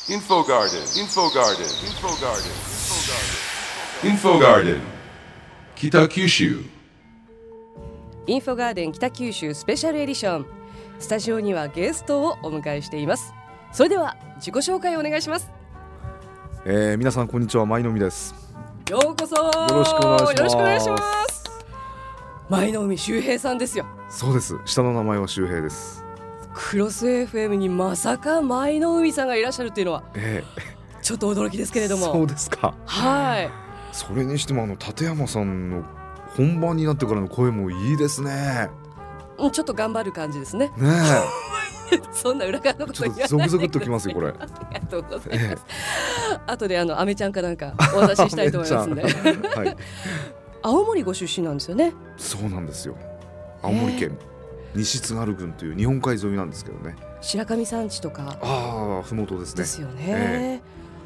Info Garden, Info Garden, 北九州。 インフォガーデン北九州スペシャルエディション。スタジオにはゲストをお迎えしています。それでは自己紹介をお願いします。 皆さんこんにちは、舞の海です。 ようこそ。 よろしくお願いします。 よろしくお願いします。舞の海秀平さんですよ。 そうです、下の名前は秀平です。 クロス FM にまさか舞の海さんがいらっしゃるっていうのは、ちょっと驚きですけれども。 そうですか。 はい。 それにしても立山さんの本番になってからの声もいいですね。 ちょっと頑張る感じですね。 ねそんな裏側のこと言わないでください。 ちょっとゾクゾクっときますよこれ。 ありがとうございます。後でアメちゃんかなんかお渡ししたいと思いますんで。 はい。 青森ご出身なんですよね。 そうなんですよ。青森県西津軽郡という日本海沿いなんですけどね。 白神山地とか。 ふもとですね。 ですよね。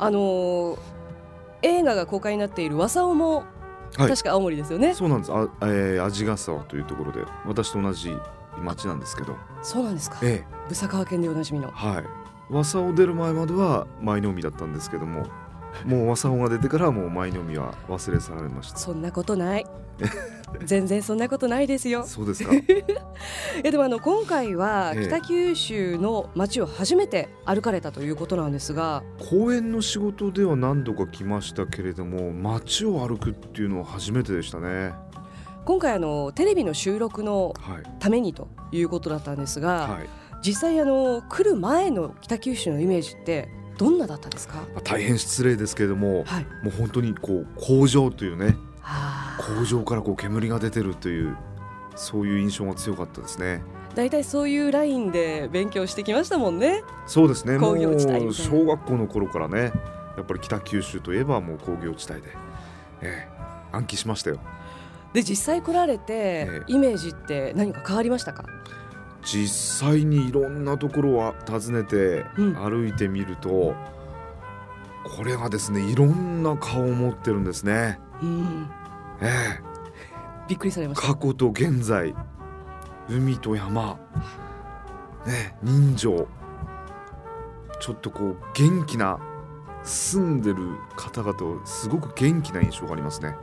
映画が公開になっている和竿も、確か青森ですよね。 そうなんです。鰺ヶ沢というところで私と同じ町なんですけど。 そうなんですか。ブサ川県でおなじみの。 はい。和竿出る前までは舞の海だったんですけども、もう和竿が出てからもう舞の海は忘れ去られました。 そんなことない全然そんなことないですよ。 そうですか。 でも今回は北九州の街を初めて歩かれたということなんですが、 公園の仕事では何度か来ましたけれども、街を歩くっていうのは初めてでしたね。 今回テレビの収録のためにということだったんですが、実際来る前の北九州のイメージってどんなだったですか？ 大変失礼ですけれども、もう本当に工場というね、工場から煙が出てるという、そういう印象が強かったですね。 だいたいそういうラインで勉強してきましたもんね。 そうですね。 工業地帯みたいな。 もう小学校の頃からね、やっぱり北九州といえばもう工業地帯で、暗記しましたよ。 で実際来られて、イメージって何か変わりましたか？ 実際にいろんなところを訪ねて歩いてみると、これがですね、いろんな顔を持ってるんですね。 びっくりされました。 過去と現在、海と山、人情、ちょっと元気な住んでる方々、すごく元気な印象がありますね。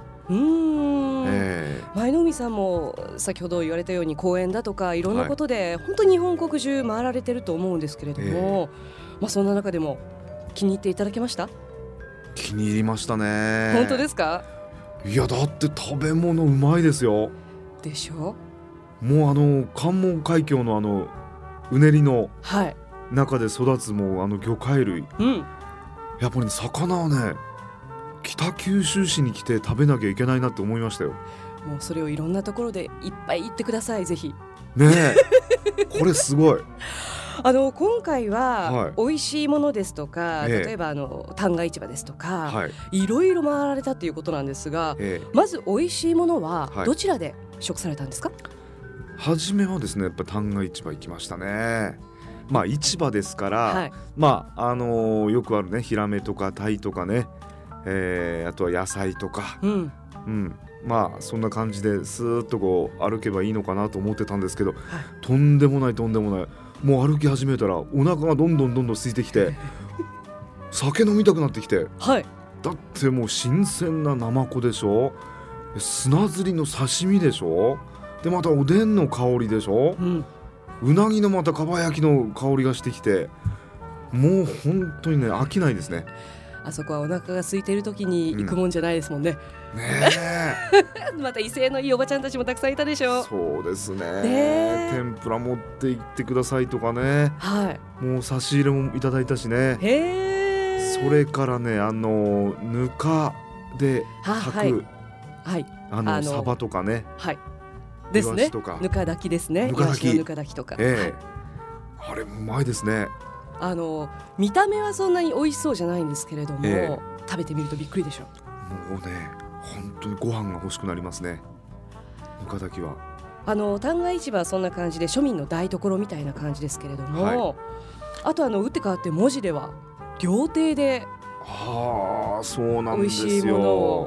舞の海さんも先ほど言われたように公園だとかいろんなことで本当に日本国中回られてると思うんですけれども、そんな中でも気に入っていただけました？ 気に入りましたね。 本当ですか？ いや、だって食べ物うまいですよ。 でしょ？ もう関門海峡のうねりの中で育つもう魚介類、やっぱり、魚はね、北九州市に来て食べなきゃいけないなって思いましたよ。 もうそれをいろんなところでいっぱい言ってください、ぜひねえ。これすごい。 今回は美味しいものですとか、例えば旦過市場ですとか、いろいろ回られたということなんですが、まず美味しいものはどちらで食されたんですか？ 初めはですね、やっぱ旦過市場行きましたね。市場ですから、よくあるね、ヒラメとかタイとかね、あとは野菜とか、そんな感じでスーッと歩けばいいのかなと思ってたんですけど、とんでもない、もう歩き始めたらお腹がどんどん空いてきて酒飲みたくなってきて、だってもう新鮮なナマコでしょ、砂ずりの刺身でしょ、でまたおでんの香りでしょ、うなぎのまたかば焼きの香りがしてきて、もう本当にね、飽きないですね。 あそこはお腹が空いている時に行くもんじゃないですもんね。また威勢のいいおばちゃんたちもたくさんいたでしょ。 そうですね。天ぷら持って行ってくださいとかね、もう差し入れもいただいたしね。それからね、ぬかで炊くサバとかね、 ですね、ぬか炊きですね。イワシのぬか炊きとか、 あれうまいですね。 見た目はそんなに美味しそうじゃないんですけれども、食べてみるとびっくりでしょ。 もうね、本当にご飯が欲しくなりますね、ぬか炊きは。 旦過市場はそんな感じで庶民の台所みたいな感じですけれども、あと打って変わって文字では料亭でそうなんですよ。 美味しいものを、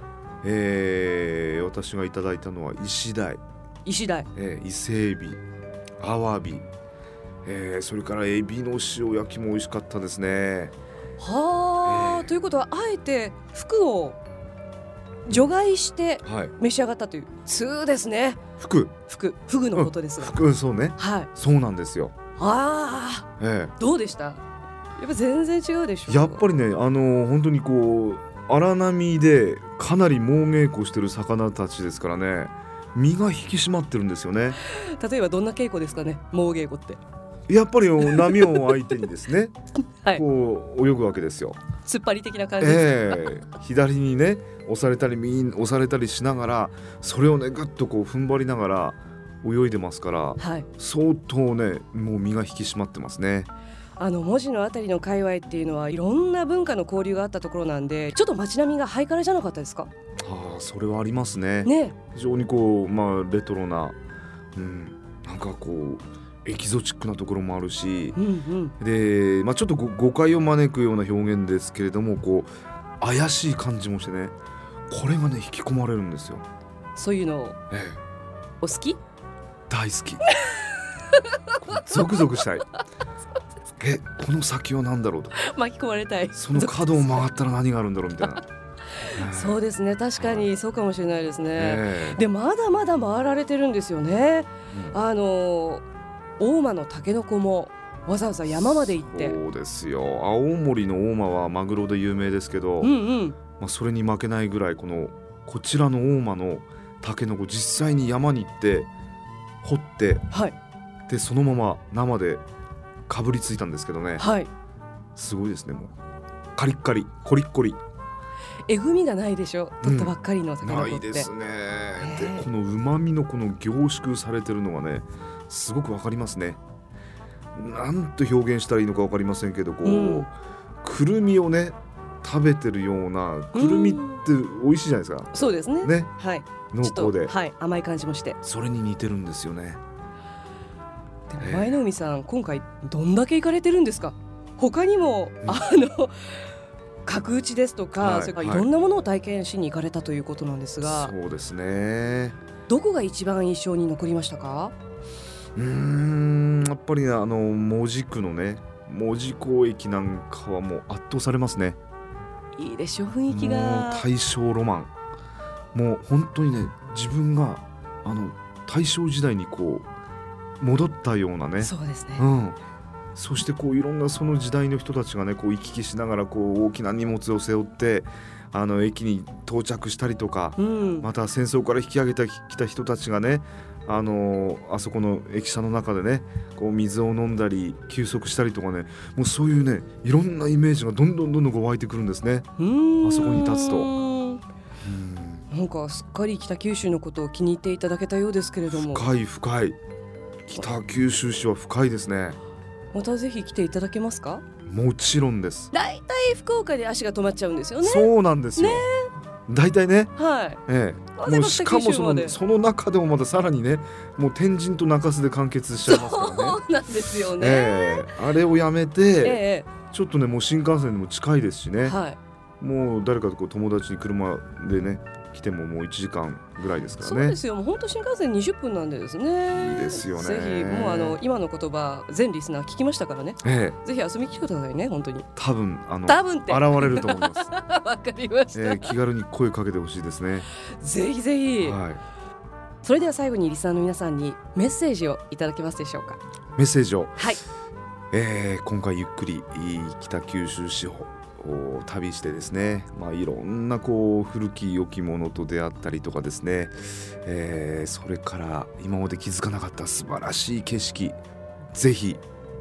私がいただいたのはイシダイ、伊勢エビ、アワビ、それからエビの塩焼きも美味しかったですね。 はあ、ということはあえて服を除外して召し上がったという、通ですね。 フグのことですが、 そうね、はい、そうなんですよ。 ああ、どうでした？やっぱ全然違うでしょう。 やっぱりね、本当にこう荒波でかなり猛稽古してる魚たちですからね、身が引き締まってるんですよね。 例えばどんな稽古ですかね、猛稽古って。 やっぱり波を相手にですね、はい、こう泳ぐわけですよ。 突っ張り的な感じですか。 左にね押されたり右に押されたりしながら、それをねぐっとこう踏ん張りながら泳いでますから、はい、相当ねもう身が引き締まってますね。 門司のあたりの界隈っていうのはいろんな文化の交流があったところなんで、ちょっと街並みがハイカラじゃなかったですか？ それはありますね。非常にこう、レトロな、なんかこうエキゾチックなところもあるし、で、ちょっと誤解を招くような表現ですけれども、こう怪しい感じもしてね、これがね引き込まれるんですよ。 そういうの、お好き？ 大好き。ゾクゾクしたい。この先は何だろうと、 巻き込まれたい。 その角を曲がったら何があるんだろうみたいな。 そうですね、確かにそうかもしれないですね。でまだまだ回られてるんですよね。大間のタケノコもわざわざ山まで行って。 そうですよ、青森の大間はマグロで有名ですけど、それに負けないぐらいこちらの大間のタケノコ、実際に山に行って掘って、でそのまま生でかぶりついたんですけどね、すごいですね。もうカリッカリコリッコリ、 えぐみがないでしょ、取ったばっかりのタケノコって。 ないですね。でこの旨味のこの凝縮されてるのがねすごくわかりますね。なんと表現したらいいのかわかりませんけど、くるみをね食べてるような、くるみって美味しいじゃないですか。 そうですね。 濃厚で、 甘い感じもして、 それに似てるんですよね。 でも舞の海さん、今回どんだけ行かれてるんですか？他にも、角打ちですとか、それからいろんなものを体験しに行かれたということなんですが、 そうですね。 どこが一番印象に残りましたか？ やっぱり門司区のね門司港駅なんかはもう圧倒されますね。 いいでしょ、雰囲気が。 もう大正ロマン、もう本当にね自分が大正時代にこう戻ったようなね。 そうですね。 そしてこういろんなその時代の人たちがねこう行き来しながらこう大きな荷物を背負って駅に到着したりとか、また戦争から引き上げてきた人たちがねあそこの駅舎の中でねこう水を飲んだり休息したりとかね、もうそういうねいろんなイメージがどんどんこう湧いてくるんですね。あそこに立つとなんかすっかり北九州のことを気に入っていただけたようですけれども。 深い北九州市は深いですね。 またぜひ来ていただけますか？ もちろんです。 だいたい福岡で足が止まっちゃうんですよね。 そうなんですよ、だいたいね。もうしかもその中でもまたさらにねもう天神と中洲で完結しちゃいますからね。 そうなんですよね、 あれをやめて、ちょっとねもう新幹線でも近いですしね、もう誰かとこう友達に車でね来てももう1時間ぐらいですからね。 そうですよ、もう本当新幹線20分なんでですね。 いいですよね。 ぜひもう今の言葉全リスナー聞きましたからね、ぜひ遊びに来てくださいね。本当に多分って現れると思います。わかりました、 気軽に声かけてほしいですね。 ぜひぜひ、それでは最後にリスナーの皆さんにメッセージをいただけますでしょうか？ メッセージを、今回ゆっくり北九州市を旅してですね、いろんなこう古き良きものと出会ったりとかですね、それから今まで気づかなかった素晴らしい景色、ぜひ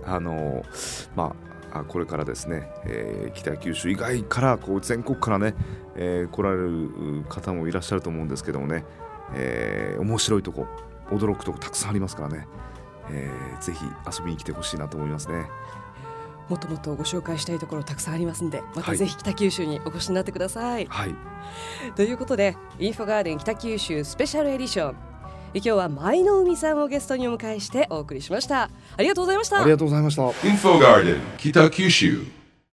これからですね、北九州以外からこう全国からね、来られる方もいらっしゃると思うんですけどもね、面白いとこ驚くとこたくさんありますからね、ぜひ遊びに来てほしいなと思いますね。 もっともっとご紹介したいところたくさんありますんで、またぜひ北九州にお越しになってください。ということでインフォガーデン北九州スペシャルエディション、今日は舞の海さんをゲストにお迎えしてお送りしました。ありがとうございました。 ありがとうございました。 インフォガーデン北九州。